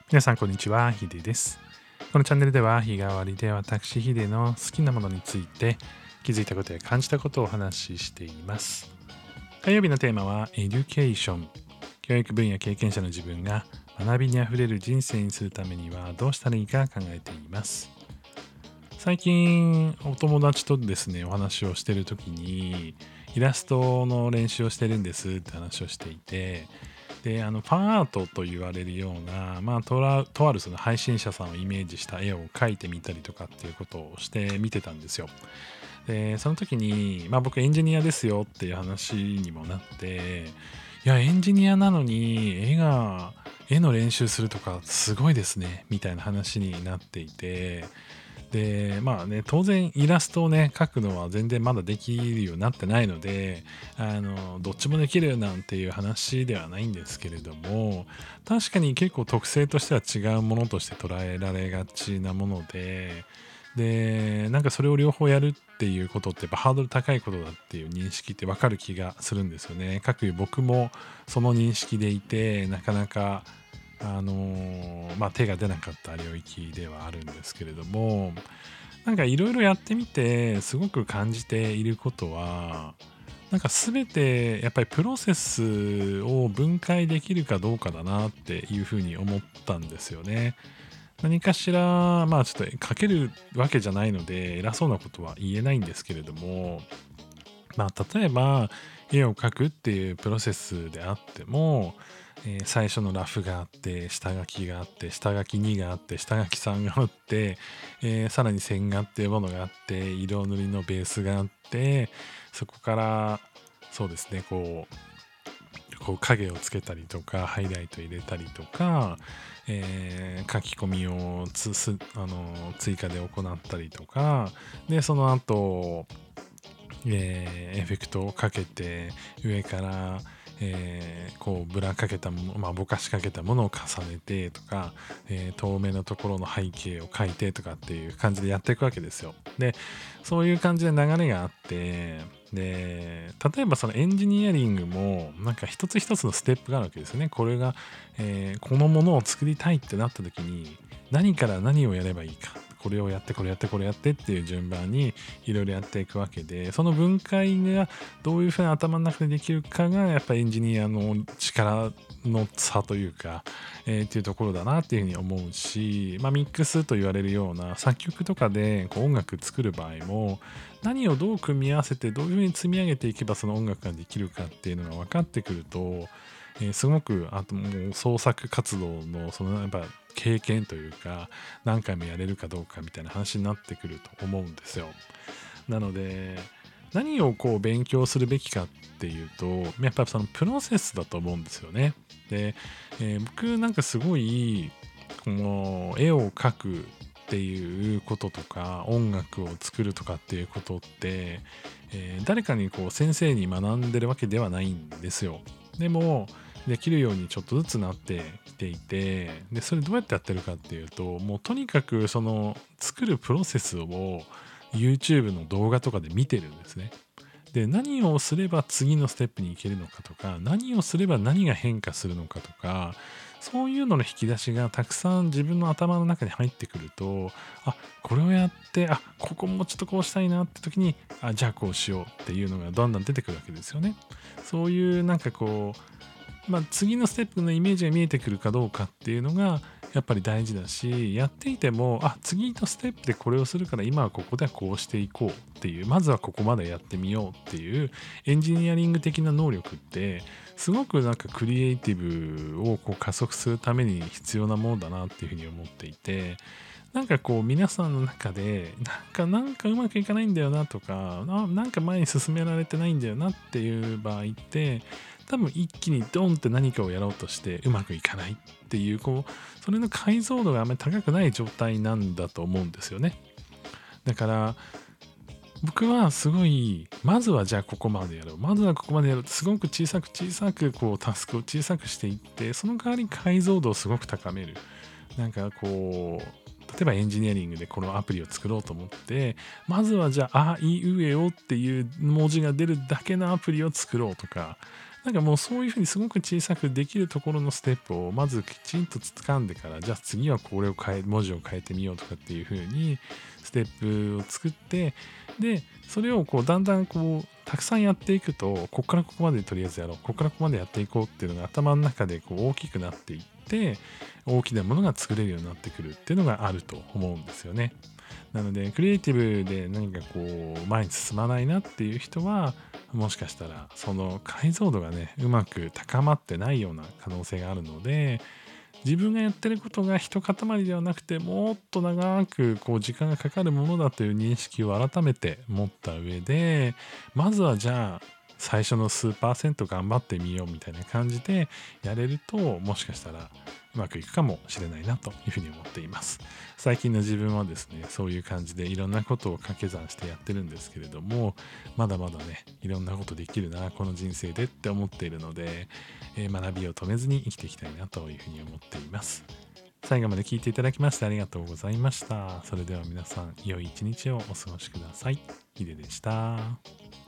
皆さん、こんにちは。ヒデです。このチャンネルでは、日替わりで私、ヒデの好きなものについて、気づいたことや感じたことをお話ししています。火曜日のテーマは、エデュケーション。教育分野経験者の自分が学びにあふれる人生にするためにはどうしたらいいか考えています。最近、お友達とですね、お話をしているときに、イラストの練習をしてるんですって話をしていて、で、ファンアートと言われるような、とあるその配信者さんをイメージした絵を描いてみたりとかっていうことをしてみてたんですよ。で、その時に、僕エンジニアですよっていう話にもなって、いや、エンジニアなのに絵の練習するとかすごいですね、みたいな話になっていて、で、当然イラストをね、描くのは全然まだできるようになってないので、どっちもできるなんていう話ではないんですけれども、確かに結構特性としては違うものとして捉えられがちなもので、なんかそれを両方やるっていうことってやっぱハードル高いことだっていう認識ってわかる気がするんですよね。かくいう僕もその認識でいて、なかなか手が出なかった領域ではあるんですけれども、なんかいろいろやってみて、すごく感じていることは、なんか全てやっぱりプロセスを分解できるかどうかだなっていうふうに思ったんですよね。何かしら、ちょっと書けるわけじゃないので、偉そうなことは言えないんですけれども、例えば、絵を描くっていうプロセスであっても、最初のラフがあって、下書きがあって、下書き2があって、下書き3があって、さらに線画っていうものがあって、色塗りのベースがあって、そこから、そうですね、こう影をつけたりとか、ハイライト入れたりとか、書き込みを追加で行ったりとか、で、その後、エフェクトをかけて上から、こうブラかけたもの、ぼかしかけたものを重ねてとか、透明なところの背景を描いてとかっていう感じでやっていくわけですよ。で、そういう感じで流れがあって、で、例えばそのエンジニアリングもなんか一つ一つのステップがあるわけですよね。これが、このものを作りたいってなった時に何から何をやればいいか。これをやってこれやってこれやってっていう順番にいろいろやっていくわけで、その分解がどういうふうな頭の中でできるかがやっぱりエンジニアの力の差というか、っていうところだなっていうふうに思うし、ミックスと言われるような作曲とかでこう音楽作る場合も、何をどう組み合わせてどういうふうに積み上げていけばその音楽ができるかっていうのが分かってくると、すごくあともう創作活動のそのやっぱ経験というか、何回もやれるかどうかみたいな話になってくると思うんですよ。なので、何をこう勉強するべきかっていうと、やっぱりそのプロセスだと思うんですよね。で、僕なんかすごい、この絵を描くっていうこととか、音楽を作るとかっていうことって、誰かにこう先生に学んでるわけではないんですよ。でも、できるようにちょっとずつなってきていて、で、それどうやってやってるかっていうと、もうとにかくその作るプロセスを YouTube の動画とかで見てるんですね。で、何をすれば次のステップに行けるのかとか、何をすれば何が変化するのかとか、そういうのの引き出しがたくさん自分の頭の中に入ってくると、これをやって、ここもちょっとこうしたいなって時に、じゃあこうしようっていうのがだんだん出てくるわけですよね。そういうなんかこう、次のステップのイメージが見えてくるかどうかっていうのがやっぱり大事だし、やっていても、次のステップでこれをするから今はここではこうしていこうっていう、まずはここまでやってみようっていうエンジニアリング的な能力って、すごくなんかクリエイティブをこう加速するために必要なものだなっていうふうに思っていて、なんかこう皆さんの中で、なんかうまくいかないんだよなとか、なんか前に進められてないんだよなっていう場合って、多分一気にドンって何かをやろうとしてうまくいかないっていう、それの解像度があまり高くない状態なんだと思うんですよね。だから、僕はすごい、まずはじゃあここまでやろう。まずはここまでやろうってすごく小さく小さくタスクを小さくしていって、その代わり解像度をすごく高める。なんか例えばエンジニアリングでこのアプリを作ろうと思って、まずはじゃあ、いいうえおっていう文字が出るだけのアプリを作ろうとか、 なんかもうそういうふうにすごく小さくできるところのステップをまずきちんと掴んでから、じゃあ次はこれを文字を変えてみようとかっていうふうにステップを作って、でそれをこうだんだんこうたくさんやっていくと、ここからここまでとりあえずやろう、ここからここまでやっていこうっていうのが頭の中でこう大きくなっていって、大きなものが作れるようになってくるっていうのがあると思うんですよね。なのでクリエイティブで何かこう前に進まないなっていう人は、もしかしたらその解像度がねうまく高まってないような可能性があるので、自分がやってることが一塊ではなくて、もっと長くこう時間がかかるものだという認識を改めて持った上で、まずはじゃあ最初の数パーセント頑張ってみようみたいな感じでやれると、もしかしたらうまくいくかもしれないなというふうに思っています。最近の自分はですね、そういう感じでいろんなことを掛け算してやってるんですけれども、まだまだね、いろんなことできるな、この人生でって思っているので、学びを止めずに生きていきたいなというふうに思っています。最後まで聞いていただきましてありがとうございました。それでは皆さん、良い一日をお過ごしください。ヒデでした。